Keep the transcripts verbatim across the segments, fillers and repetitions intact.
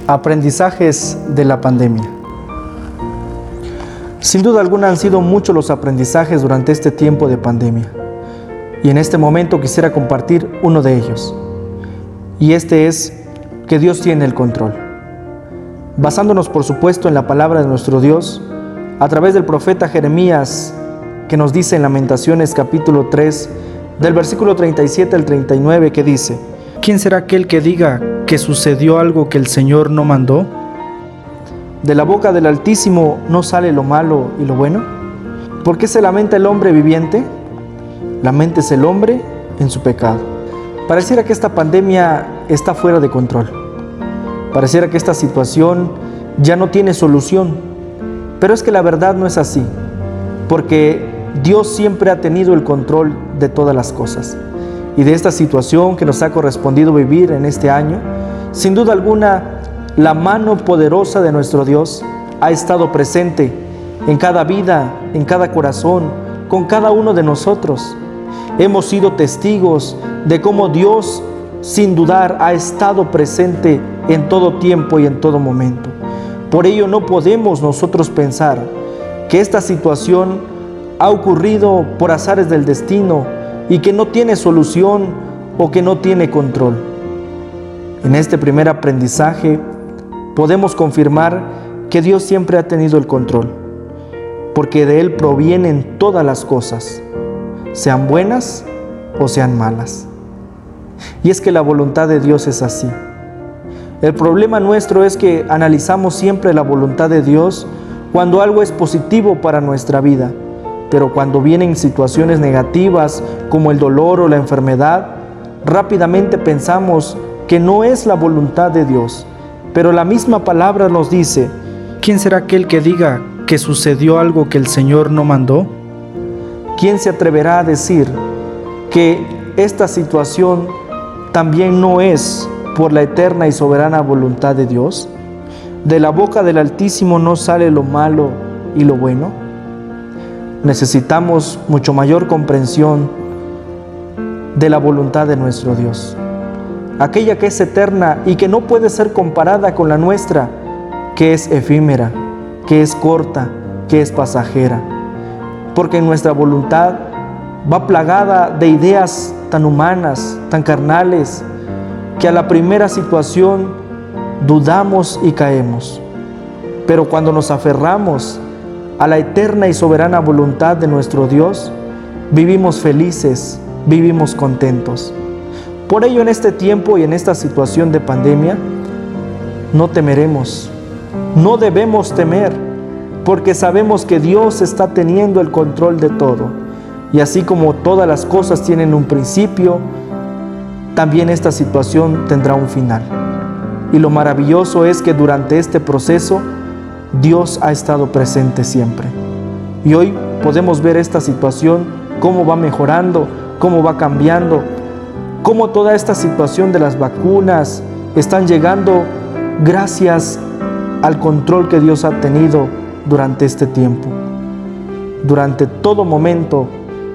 Aprendizajes de la pandemia. Sin duda alguna han sido muchos los aprendizajes durante este tiempo de pandemia. Y en este momento quisiera compartir uno de ellos. Y este es que Dios tiene el control. Basándonos, por supuesto, en la palabra de nuestro Dios, a través del profeta Jeremías, que nos dice en Lamentaciones capítulo tres, del versículo treinta y siete al treinta y nueve, que dice: ¿Quién será aquel que diga que sucedió algo que el Señor no mandó? ¿De la boca del Altísimo no sale lo malo y lo bueno? ¿Por qué se lamenta el hombre viviente? Laméntese el hombre en su pecado. Pareciera que esta pandemia está fuera de control. Pareciera que esta situación ya no tiene solución. Pero es que la verdad no es así, porque Dios siempre ha tenido el control de todas las cosas. Y de esta situación que nos ha correspondido vivir en este año, sin duda alguna, la mano poderosa de nuestro Dios ha estado presente en cada vida, en cada corazón, con cada uno de nosotros. Hemos sido testigos de cómo Dios, sin dudar, ha estado presente en todo tiempo y en todo momento. Por ello no podemos nosotros pensar que esta situación ha ocurrido por azares del destino y que no tiene solución o que no tiene control. En este primer aprendizaje podemos confirmar que Dios siempre ha tenido el control, porque de Él provienen todas las cosas, sean buenas o sean malas. Y es que la voluntad de Dios es así. El problema nuestro es que analizamos siempre la voluntad de Dios cuando algo es positivo para nuestra vida, pero cuando vienen situaciones negativas como el dolor o la enfermedad, rápidamente pensamos que no es la voluntad de Dios. Pero la misma palabra nos dice: ¿quién será aquel que diga que sucedió algo que el Señor no mandó? ¿Quién se atreverá a decir que esta situación también no es por la eterna y soberana voluntad de Dios? ¿De la boca del Altísimo no sale lo malo y lo bueno? Necesitamos mucho mayor comprensión de la voluntad de nuestro Dios, aquella que es eterna y que no puede ser comparada con la nuestra, que es efímera, que es corta, que es pasajera, porque nuestra voluntad va plagada de ideas tan humanas, tan carnales, que a la primera situación dudamos y caemos. Pero cuando nos aferramos a la eterna y soberana voluntad de nuestro Dios, vivimos felices, vivimos contentos. Por ello, en este tiempo y en esta situación de pandemia, no temeremos, no debemos temer, porque sabemos que Dios está teniendo el control de todo. Y así como todas las cosas tienen un principio, también esta situación tendrá un final. Y lo maravilloso es que durante este proceso, Dios ha estado presente siempre. Y hoy podemos ver esta situación, cómo va mejorando, cómo va cambiando, cómo toda esta situación de las vacunas están llegando gracias al control que Dios ha tenido durante este tiempo. Durante todo momento,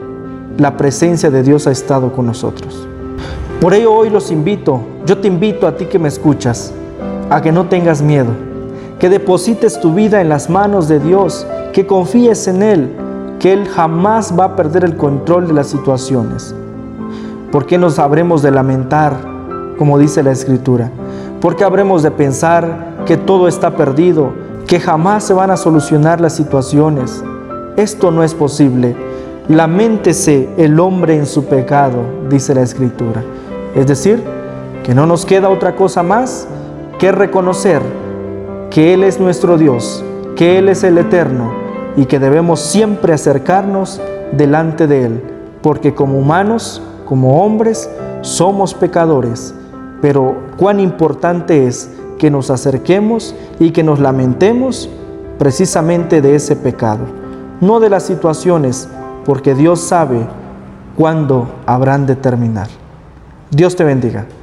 la presencia de Dios ha estado con nosotros. Por ello hoy los invito, yo te invito a ti que me escuchas, a que no tengas miedo, que deposites tu vida en las manos de Dios, que confíes en Él, que Él jamás va a perder el control de las situaciones. ¿Por qué nos habremos de lamentar, como dice la Escritura? ¿Por qué habremos de pensar que todo está perdido, que jamás se van a solucionar las situaciones? Esto no es posible. Laméntese el hombre en su pecado, dice la Escritura. Es decir, que no nos queda otra cosa más que reconocer que Él es nuestro Dios, que Él es el Eterno y que debemos siempre acercarnos delante de Él, porque como humanos, como hombres, somos pecadores, pero cuán importante es que nos acerquemos y que nos lamentemos precisamente de ese pecado, no de las situaciones, porque Dios sabe cuándo habrán de terminar. Dios te bendiga.